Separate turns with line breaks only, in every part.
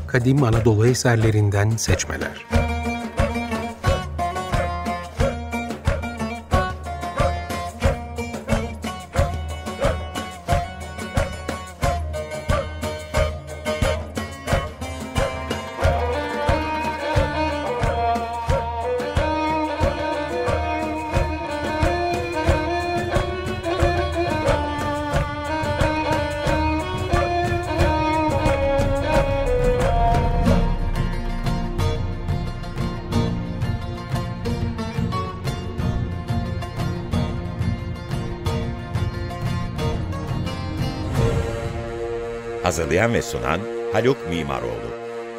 kadim Anadolu eserlerinden seçmeler.
Hazırlayan ve sunan Haluk Mimaroğlu.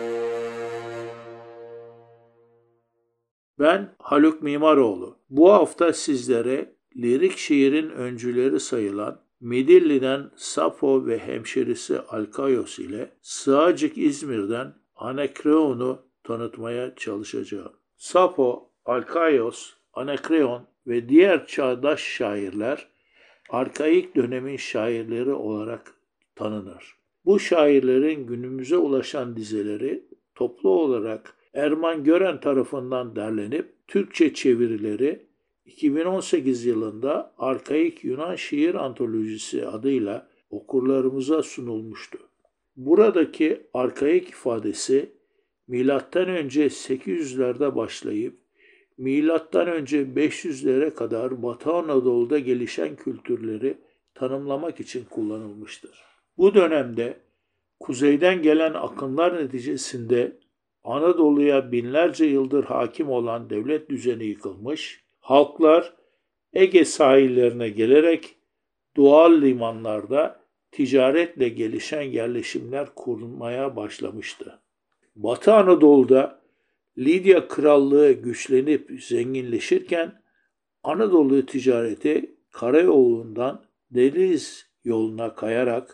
Ben Haluk Mimaroğlu. Bu hafta sizlere lirik şiirin öncüleri sayılan Midilli'den Safo ve hemşerisi Alkaios ile Sığacık İzmir'den Anakreon'u tanıtmaya çalışacağım. Safo, Alkaios, Anakreon ve diğer çağdaş şairler arkaik dönemin şairleri olarak tanınır. Bu şairlerin günümüze ulaşan dizeleri toplu olarak Erman Gören tarafından derlenip Türkçe çevirileri 2018 yılında Arkaik Yunan Şiir Antolojisi adıyla okurlarımıza sunulmuştu. Buradaki arkaik ifadesi M.Ö. 800'lerde başlayıp M.Ö. 500'lere kadar Batı Anadolu'da gelişen kültürleri tanımlamak için kullanılmıştır. Bu dönemde kuzeyden gelen akınlar neticesinde Anadolu'ya binlerce yıldır hakim olan devlet düzeni yıkılmış, halklar Ege sahillerine gelerek doğal limanlarda ticaretle gelişen yerleşimler kurulmaya başlamıştı. Batı Anadolu'da Lidya Krallığı güçlenip zenginleşirken Anadolu ticareti karayolundan deniz yoluna kayarak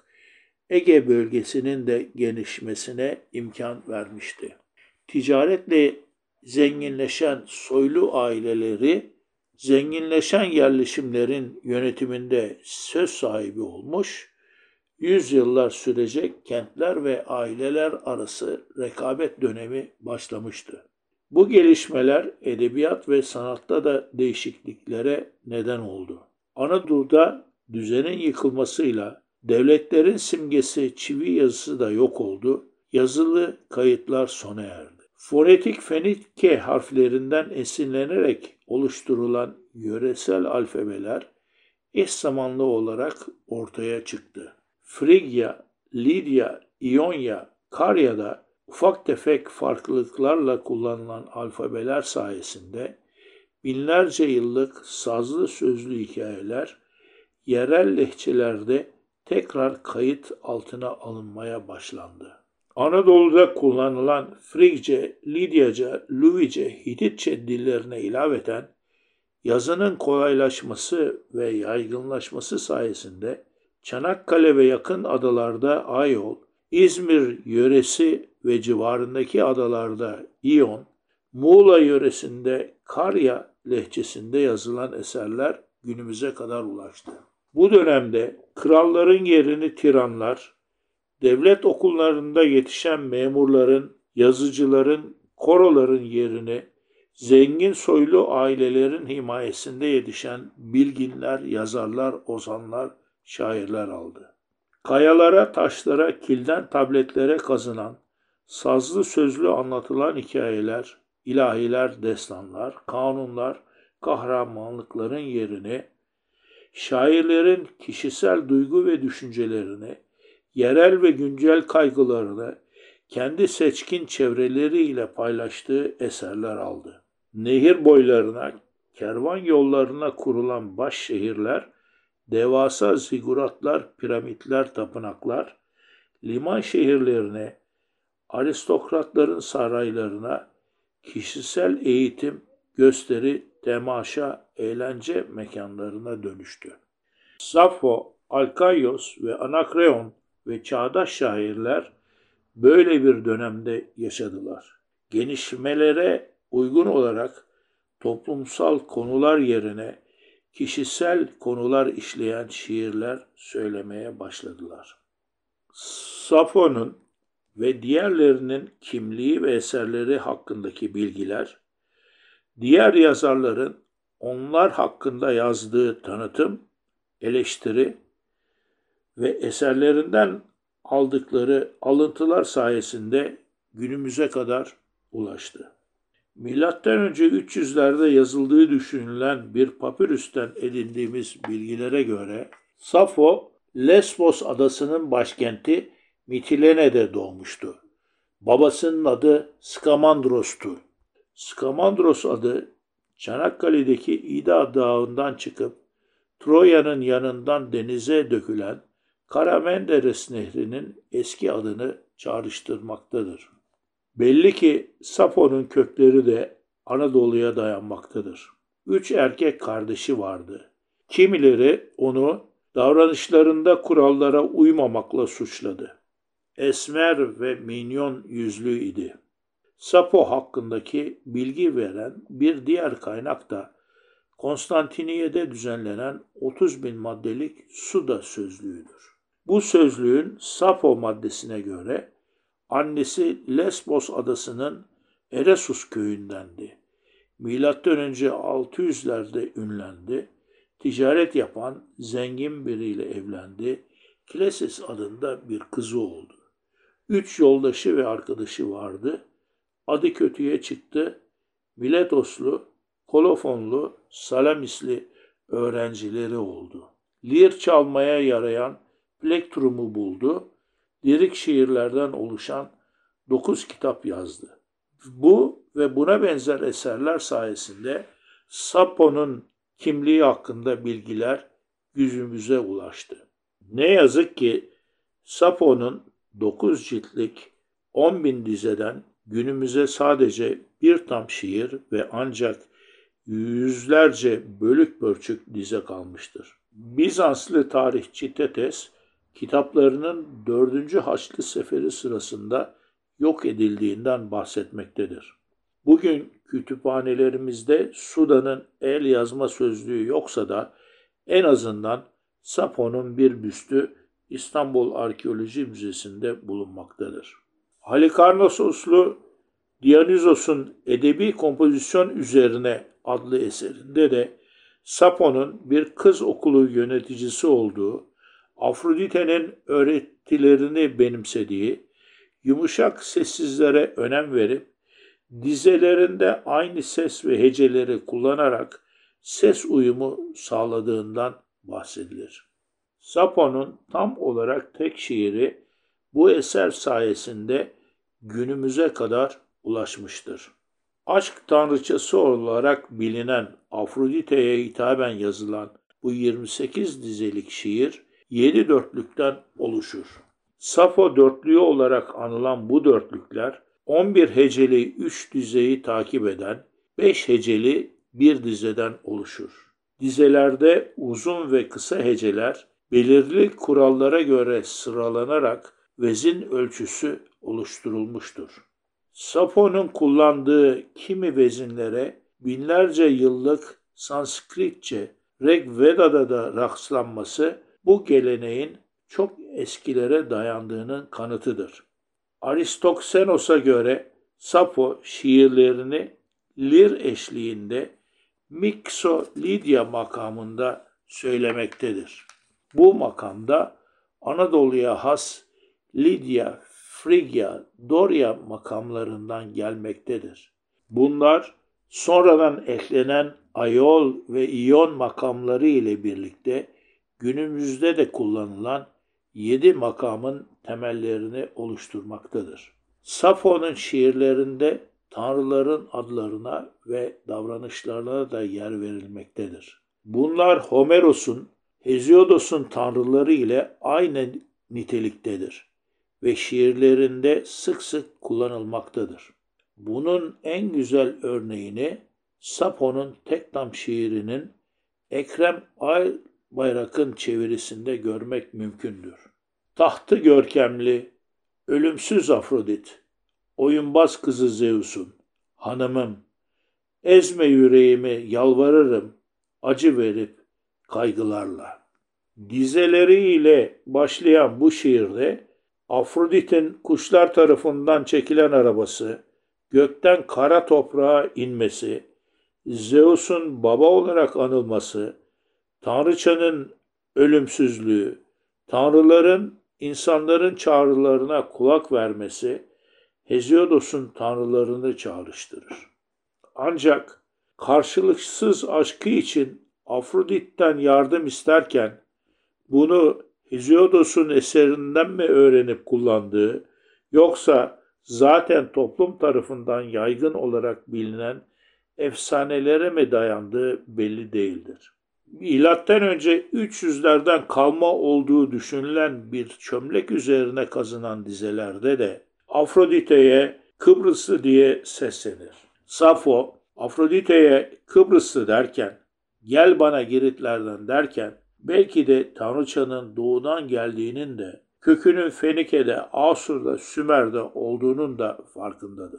Ege bölgesinin de genişlemesine imkan vermişti. Ticaretle zenginleşen soylu aileleri, zenginleşen yerleşimlerin yönetiminde söz sahibi olmuş, yüzyıllar sürecek kentler ve aileler arası rekabet dönemi başlamıştı. Bu gelişmeler edebiyat ve sanatta da değişikliklere neden oldu. Anadolu'da düzenin yıkılmasıyla devletlerin simgesi çivi yazısı da yok oldu, yazılı kayıtlar sona erdi. Fonetik Fenike harflerinden esinlenerek oluşturulan yöresel alfabeler eş zamanlı olarak ortaya çıktı. Frigya, Lidya, İonya, Karya'da ufak tefek farklılıklarla kullanılan alfabeler sayesinde binlerce yıllık sazlı sözlü hikayeler yerel lehçelerde tekrar kayıt altına alınmaya başlandı. Anadolu'da kullanılan Frigce, Lidyaca, Luvice, Hititçe dillerine ilaveten yazının kolaylaşması ve yaygınlaşması sayesinde Çanakkale ve yakın adalarda Ayol, İzmir yöresi ve civarındaki adalarda İyon, Muğla yöresinde Karya lehçesinde yazılan eserler günümüze kadar ulaştı. Bu dönemde kralların yerini tiranlar, devlet okullarında yetişen memurların, yazıcıların, koroların yerini zengin soylu ailelerin himayesinde yetişen bilginler, yazarlar, ozanlar, şairler aldı. Kayalara, taşlara, kilden tabletlere kazınan, sazlı sözlü anlatılan hikayeler, ilahiler, destanlar, kanunlar, kahramanlıkların yerini, şairlerin kişisel duygu ve düşüncelerini, yerel ve güncel kaygılarını kendi seçkin çevreleriyle paylaştığı eserler aldı. Nehir boylarına, kervan yollarına kurulan baş şehirler, devasa ziguratlar, piramitler, tapınaklar, liman şehirlerine, aristokratların saraylarına, kişisel eğitim, gösteri, temaşa, eğlence mekanlarına dönüştü. Safo, Alkaios ve Anakreon ve çağdaş şairler böyle bir dönemde yaşadılar. Genişlemelere uygun olarak toplumsal konular yerine kişisel konular işleyen şiirler söylemeye başladılar. Safo'nun ve diğerlerinin kimliği ve eserleri hakkındaki bilgiler, diğer yazarların onlar hakkında yazdığı tanıtım, eleştiri ve eserlerinden aldıkları alıntılar sayesinde günümüze kadar ulaştı. Milattan önce 300'lerde yazıldığı düşünülen bir papirüsten edindiğimiz bilgilere göre Safo, Lesbos adasının başkenti Mitilene'de doğmuştu. Babasının adı Skamandros'tu. Skamandros adı Çanakkale'deki İda Dağı'ndan çıkıp Troya'nın yanından denize dökülen Kara-Menderes Nehri'nin eski adını çağrıştırmaktadır. Belli ki Safo'nun kökleri de Anadolu'ya dayanmaktadır. 3 erkek kardeşi vardı. Kimileri onu davranışlarında kurallara uymamakla suçladı. Esmer ve minyon yüzlü idi. Safo hakkındaki bilgi veren bir diğer kaynak da Konstantiniye'de düzenlenen 30.000 maddelik Suda sözlüğüdür. Bu sözlüğün Safo maddesine göre annesi Lesbos adasının Eresus köyündendi. Milattan önce 600'lerde ünlendi. Ticaret yapan zengin biriyle evlendi. Klesis adında bir kızı oldu. 3 yoldaşı ve arkadaşı vardı. Adı kötüye çıktı. Miletoslu, Kolofonlu, Salamisli öğrencileri oldu. Lir çalmaya yarayan plektrumu buldu. Lirik şiirlerden oluşan 9 kitap yazdı. Bu ve buna benzer eserler sayesinde Safo'nun kimliği hakkında bilgiler yüzümüze ulaştı. Ne yazık ki Safo'nun 9 ciltlik 10.000 dizeden günümüze sadece bir tam şiir ve ancak yüzlerce bölük pörçük dize kalmıştır. Bizanslı tarihçi Tetes, kitaplarının 4. Haçlı Seferi sırasında yok edildiğinden bahsetmektedir. Bugün kütüphanelerimizde Suda'nın el yazma sözlüğü yoksa da en azından Safo'nun bir büstü İstanbul Arkeoloji Müzesi'nde bulunmaktadır. Halikarnassoslu Dionysos'un Edebi Kompozisyon Üzerine adlı eserinde de Safo'nun bir kız okulu yöneticisi olduğu, Afrodite'nin öğretilerini benimsediği, yumuşak sessizlere önem verip dizelerinde aynı ses ve heceleri kullanarak ses uyumu sağladığından bahsedilir. Safo'nun tam olarak tek şiiri bu eser sayesinde günümüze kadar ulaşmıştır. Aşk tanrıçası olarak bilinen Afrodite'ye hitaben yazılan bu 28 dizelik şiir 7 dörtlükten oluşur. Safo dörtlüğü olarak anılan bu dörtlükler 11 heceli 3 dizeyi takip eden 5 heceli bir dizeden oluşur. Dizelerde uzun ve kısa heceler belirli kurallara göre sıralanarak vezin ölçüsü oluşturulmuştur. Safo'nun kullandığı kimi vezinlere binlerce yıllık Sanskritçe Rig Veda'da da rastlanması bu geleneğin çok eskilere dayandığının kanıtıdır. Aristoksenos'a göre Safo şiirlerini lir eşliğinde Mixolidya makamında söylemektedir. Bu makamda Anadolu'ya has Lidya, Frigya, Dorya makamlarından gelmektedir. Bunlar sonradan eklenen Ayol ve İyon makamları ile birlikte günümüzde de kullanılan 7 makamın temellerini oluşturmaktadır. Safo'nun şiirlerinde tanrıların adlarına ve davranışlarına da yer verilmektedir. Bunlar Homeros'un, Hesiodos'un tanrıları ile aynı niteliktedir ve şiirlerinde sık sık kullanılmaktadır. Bunun en güzel örneğini Safo'nun Tektam şiirinin Ekrem Aybayrak'ın çevirisinde görmek mümkündür. Tahtı görkemli, ölümsüz Afrodit, oyunbaz kızı Zeus'un, hanımım, ezme yüreğimi yalvarırım, acı verip kaygılarla. Dizeleriyle başlayan bu şiirde Afrodit'in kuşlar tarafından çekilen arabası, gökten kara toprağa inmesi, Zeus'un baba olarak anılması, Tanrıçanın ölümsüzlüğü, tanrıların insanların çağrılarına kulak vermesi, Hesiodos'un tanrılarını çağrıştırır. Ancak karşılıksız aşkı için Afrodit'ten yardım isterken bunu Hesiodos'un eserinden mi öğrenip kullandığı, yoksa zaten toplum tarafından yaygın olarak bilinen efsanelere mi dayandığı belli değildir. Milattan önce 300'lerden kalma olduğu düşünülen bir çömlek üzerine kazınan dizelerde de Afrodite'ye Kıbrıslı diye seslenir. Safo, Afrodite'ye Kıbrıslı derken, gel bana Giritlerden derken, belki de Tanrıçanın doğudan geldiğinin de, kökünün Fenike'de, Asur'da, Sümer'de olduğunun da farkındadır.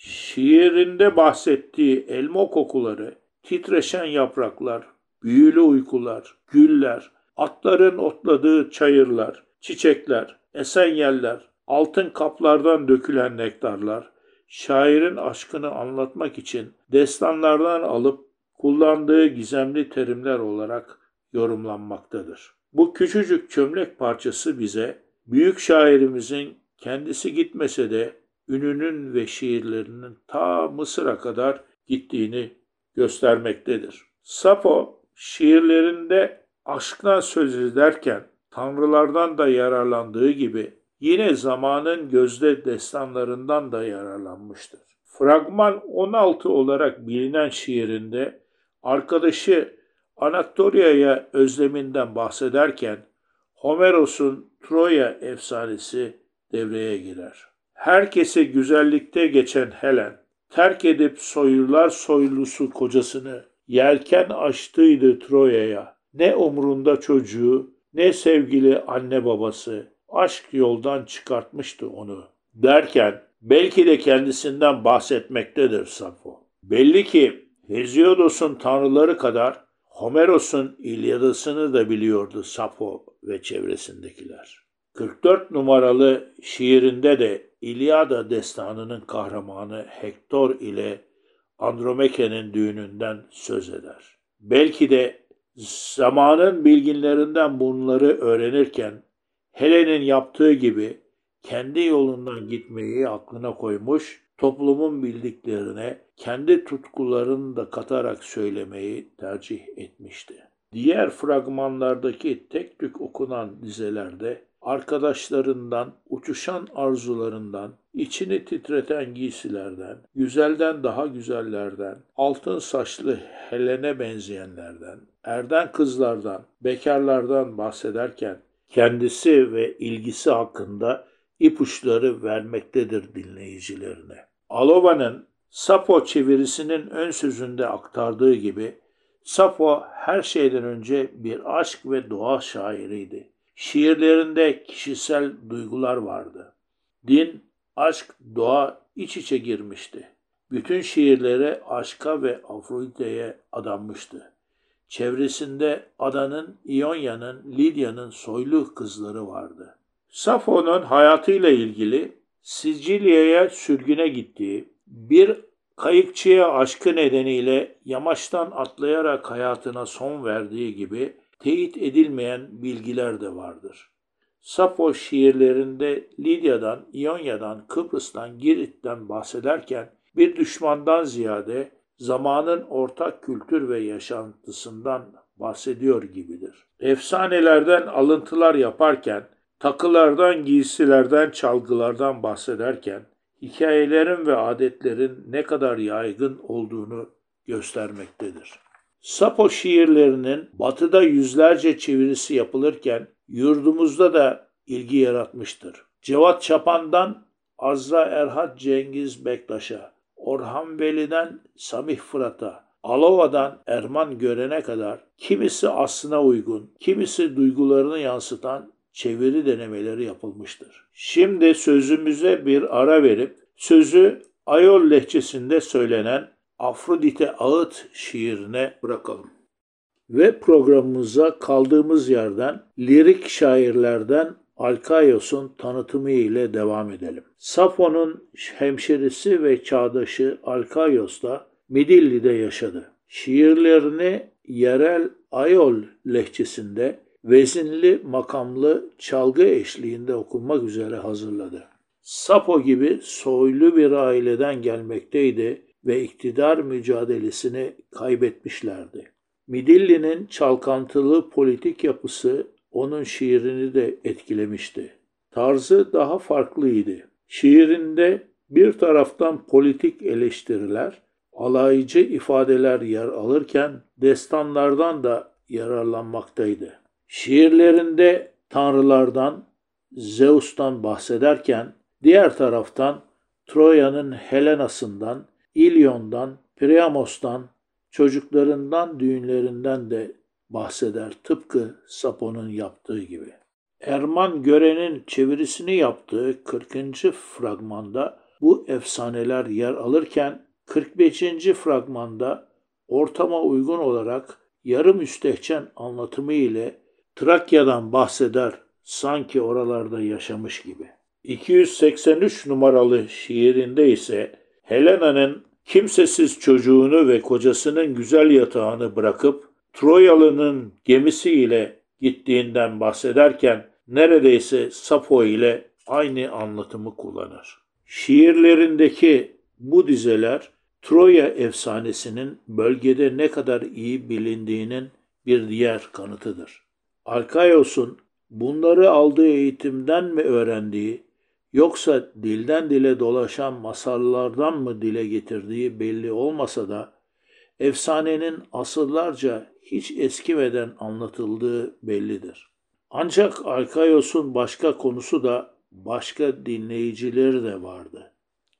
Şiirinde bahsettiği elma kokuları, titreşen yapraklar, büyülü uykular, güller, atların otladığı çayırlar, çiçekler, esen yerler, altın kaplardan dökülen nektarlar, şairin aşkını anlatmak için destanlardan alıp kullandığı gizemli terimler olarak yorumlanmaktadır. Bu küçücük çömlek parçası bize büyük şairimizin kendisi gitmese de ününün ve şiirlerinin ta Mısır'a kadar gittiğini göstermektedir. Safo şiirlerinde aşktan söz ederken tanrılardan da yararlandığı gibi yine zamanın gözde destanlarından da yararlanmıştır. Fragman 16 olarak bilinen şiirinde arkadaşı Anaktoria'ya özleminden bahsederken Homeros'un Troya efsanesi devreye girer. Herkese güzellikte geçen Helen, terk edip soylular soylusu kocasını yelken açtıydı Troya'ya. Ne umrunda çocuğu, ne sevgili anne babası, aşk yoldan çıkartmıştı onu. Derken belki de kendisinden bahsetmektedir Safo. Belli ki Hesiodos'un tanrıları kadar Homeros'un İlyadasını da biliyordu Safo ve çevresindekiler. 44 numaralı şiirinde de İlyada destanının kahramanı Hektor ile Andromeke'nin düğününden söz eder. Belki de zamanın bilginlerinden bunları öğrenirken Helen'in yaptığı gibi kendi yolundan gitmeyi aklına koymuş, toplumun bildiklerine kendi tutkularını da katarak söylemeyi tercih etmişti. Diğer fragmanlardaki tek tük okunan dizelerde arkadaşlarından, uçuşan arzularından, içini titreten giysilerden, güzelden daha güzellerden, altın saçlı Helen'e benzeyenlerden, erden kızlardan, bekarlardan bahsederken kendisi ve ilgisi hakkında ipuçları vermektedir dinleyicilerine. Alova'nın Safo çevirisinin ön sözünde aktardığı gibi Safo her şeyden önce bir aşk ve doğa şairiydi. Şiirlerinde kişisel duygular vardı. Din, aşk, doğa iç içe girmişti. Bütün şiirleri aşka ve Afrodite'ye adanmıştı. Çevresinde Adanın, İonya'nın, Lidya'nın soylu kızları vardı. Safo'nun hayatıyla ilgili Sicilya'ya sürgüne gittiği, bir kayıkçıya aşkı nedeniyle yamaçtan atlayarak hayatına son verdiği gibi teyit edilmeyen bilgiler de vardır. Safo şiirlerinde Lidya'dan, İonya'dan, Kıbrıs'tan, Girit'ten bahsederken bir düşmandan ziyade zamanın ortak kültür ve yaşantısından bahsediyor gibidir. Efsanelerden alıntılar yaparken, takılardan, giysilerden, çalgılardan bahsederken, hikayelerin ve adetlerin ne kadar yaygın olduğunu göstermektedir. Safo şiirlerinin batıda yüzlerce çevirisi yapılırken yurdumuzda da ilgi yaratmıştır. Cevat Çapan'dan Azra Erhat Cengiz Bektaş'a, Orhan Veli'den Samih Fırat'a, Alova'dan Erman Gören'e kadar kimisi aslına uygun, kimisi duygularını yansıtan çeviri denemeleri yapılmıştır. Şimdi sözümüze bir ara verip sözü Ayol lehçesinde söylenen Afrodite Ağıt şiirine bırakalım. Ve programımıza kaldığımız yerden lirik şairlerden Alkaios'un tanıtımı ile devam edelim. Safo'nun hemşerisi ve çağdaşı Alkaios da Midilli'de yaşadı. Şiirlerini yerel Ayol lehçesinde vezinli makamlı çalgı eşliğinde okunmak üzere hazırladı. Sapo gibi soylu bir aileden gelmekteydi ve iktidar mücadelesini kaybetmişlerdi. Midilli'nin çalkantılı politik yapısı onun şiirini de etkilemişti. Tarzı daha farklıydı. Şiirinde bir taraftan politik eleştiriler, alaycı ifadeler yer alırken destanlardan da yararlanmaktaydı. Şiirlerinde tanrılardan, Zeus'tan bahsederken diğer taraftan Troya'nın Helena'sından, İlyon'dan, Priamos'tan, çocuklarından, düğünlerinden de bahseder, tıpkı Sapo'nun yaptığı gibi. Erman Gören'in çevirisini yaptığı 40. fragmanda bu efsaneler yer alırken 45. fragmanda ortama uygun olarak yarı müstehcen anlatımı ile Trakya'dan bahseder, sanki oralarda yaşamış gibi. 283 numaralı şiirinde ise Helena'nın kimsesiz çocuğunu ve kocasının güzel yatağını bırakıp Troyalı'nın gemisiyle gittiğinden bahsederken neredeyse Safo ile aynı anlatımı kullanır. Şiirlerindeki bu dizeler Troya efsanesinin bölgede ne kadar iyi bilindiğinin bir diğer kanıtıdır. Alkaios'un bunları aldığı eğitimden mi öğrendiği yoksa dilden dile dolaşan masallardan mı dile getirdiği belli olmasa da efsanenin asırlarca hiç eskimeden anlatıldığı bellidir. Ancak Alkaios'un başka konusu da başka dinleyicileri de vardı.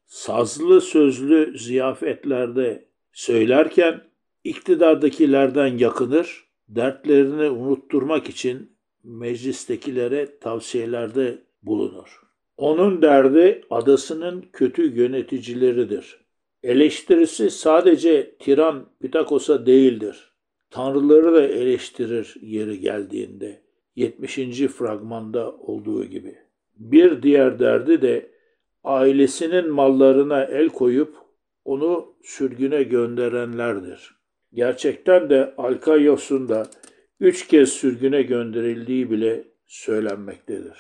Sazlı sözlü ziyafetlerde söylerken iktidardakilerden yakınır, dertlerini unutturmak için meclistekilere tavsiyelerde bulunur. Onun derdi adasının kötü yöneticileridir. Eleştirisi sadece tiran Pitakos'a değildir. Tanrıları da eleştirir yeri geldiğinde. 70. fragmanda olduğu gibi. Bir diğer derdi de ailesinin mallarına el koyup onu sürgüne gönderenlerdir. Gerçekten de Alkaios'un da 3 kez sürgüne gönderildiği bile söylenmektedir.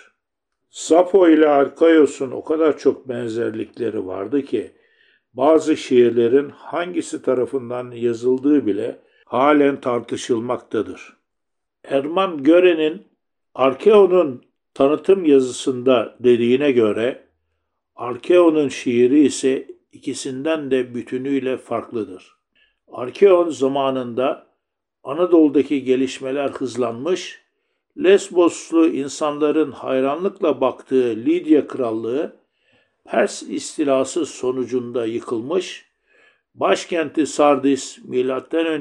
Safo ile Alkaios'un o kadar çok benzerlikleri vardı ki bazı şiirlerin hangisi tarafından yazıldığı bile halen tartışılmaktadır. Erman Gören'in Arkeon'un tanıtım yazısında dediğine göre Arkeon'un şiiri ise ikisinden de bütünüyle farklıdır. Arkeon zamanında Anadolu'daki gelişmeler hızlanmış, Lesboslu insanların hayranlıkla baktığı Lidya Krallığı Pers istilası sonucunda yıkılmış, başkenti Sardis M.Ö.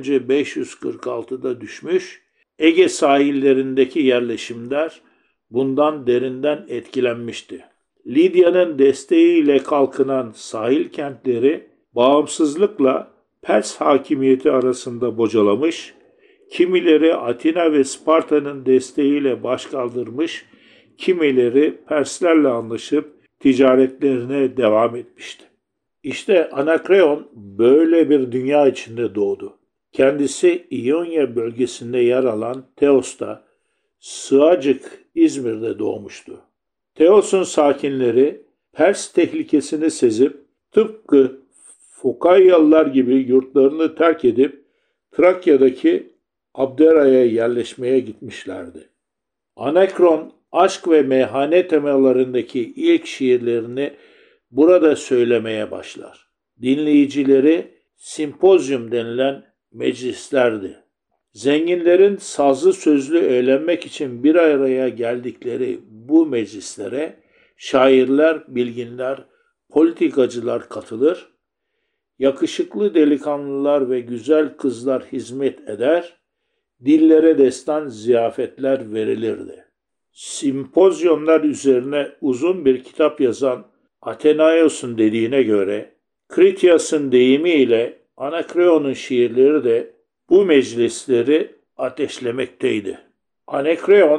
546'da düşmüş, Ege sahillerindeki yerleşimler bundan derinden etkilenmişti. Lidya'nın desteğiyle kalkınan sahil kentleri bağımsızlıkla Pers hakimiyeti arasında bocalamış, kimileri Atina ve Sparta'nın desteğiyle başkaldırmış, kimileri Perslerle anlaşıp ticaretlerine devam etmişti. İşte Anakreon böyle bir dünya içinde doğdu. Kendisi İonya bölgesinde yer alan Teos'ta, Sığacık, İzmir'de doğmuştu. Teos'un sakinleri Pers tehlikesini sezip tıpkı Fokayyalılar gibi yurtlarını terk edip Trakya'daki Abdera'ya yerleşmeye gitmişlerdi. Anakreon aşk ve meyhane temalarındaki ilk şiirlerini burada söylemeye başlar. Dinleyicileri simpozyum denilen meclislerdi. Zenginlerin sazlı sözlü eğlenmek için bir araya geldikleri bu meclislere şairler, bilginler, politikacılar katılır, yakışıklı delikanlılar ve güzel kızlar hizmet eder, dillere destan ziyafetler verilirdi. Simpozyumlar üzerine uzun bir kitap yazan Athenaios'un dediğine göre, Critias'ın deyimiyle Anakreon'un şiirleri de bu meclisleri ateşlemekteydi. Anakreon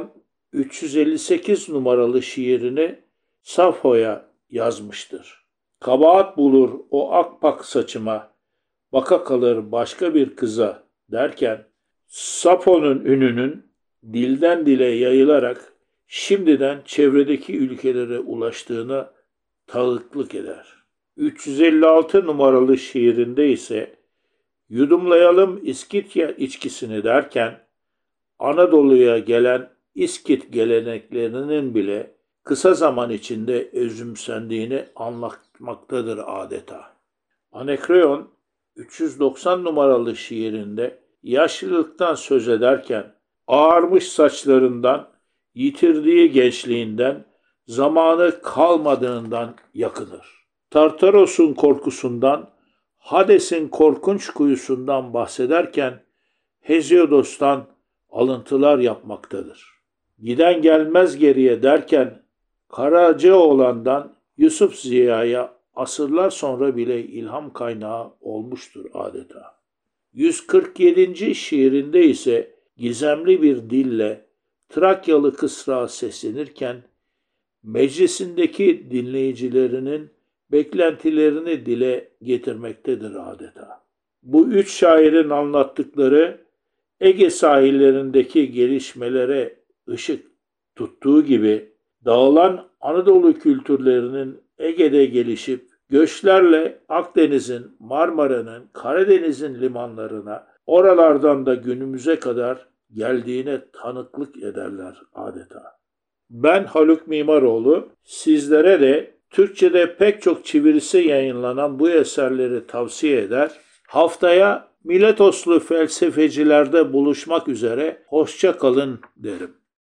358 numaralı şiirini Safo'ya yazmıştır. Kabahat bulur o akpak saçıma, baka kalır başka bir kıza derken Safo'nun ününün dilden dile yayılarak şimdiden çevredeki ülkelere ulaştığına tanıklık eder. 356 numaralı şiirinde ise yudumlayalım İskitya içkisini derken Anadolu'ya gelen İskit geleneklerinin bile kısa zaman içinde özümsendiğini anlatmaktadır adeta. Anakreon 390 numaralı şiirinde yaşlılıktan söz ederken ağarmış saçlarından, yitirdiği gençliğinden, zamanı kalmadığından yakınır. Tartaros'un korkusundan, Hades'in korkunç kuyusundan bahsederken Hesiodos'tan alıntılar yapmaktadır. Giden gelmez geriye derken Karacaoğlan'dan Yusuf Ziya'ya asırlar sonra bile ilham kaynağı olmuştur adeta. 147. şiirinde ise gizemli bir dille Trakyalı kısra seslenirken meclisindeki dinleyicilerinin beklentilerini dile getirmektedir adeta. Bu üç şairin anlattıkları Ege sahillerindeki gelişmelere ışık tuttuğu gibi dağılan Anadolu kültürlerinin Ege'de gelişip göçlerle Akdeniz'in, Marmara'nın, Karadeniz'in limanlarına, oralardan da günümüze kadar geldiğine tanıklık ederler adeta. Ben Haluk Mimaroğlu, sizlere de Türkçe'de pek çok çevirisi yayınlanan bu eserleri tavsiye eder. Haftaya Miletoslu felsefecilerde buluşmak üzere, hoşça kalın derim.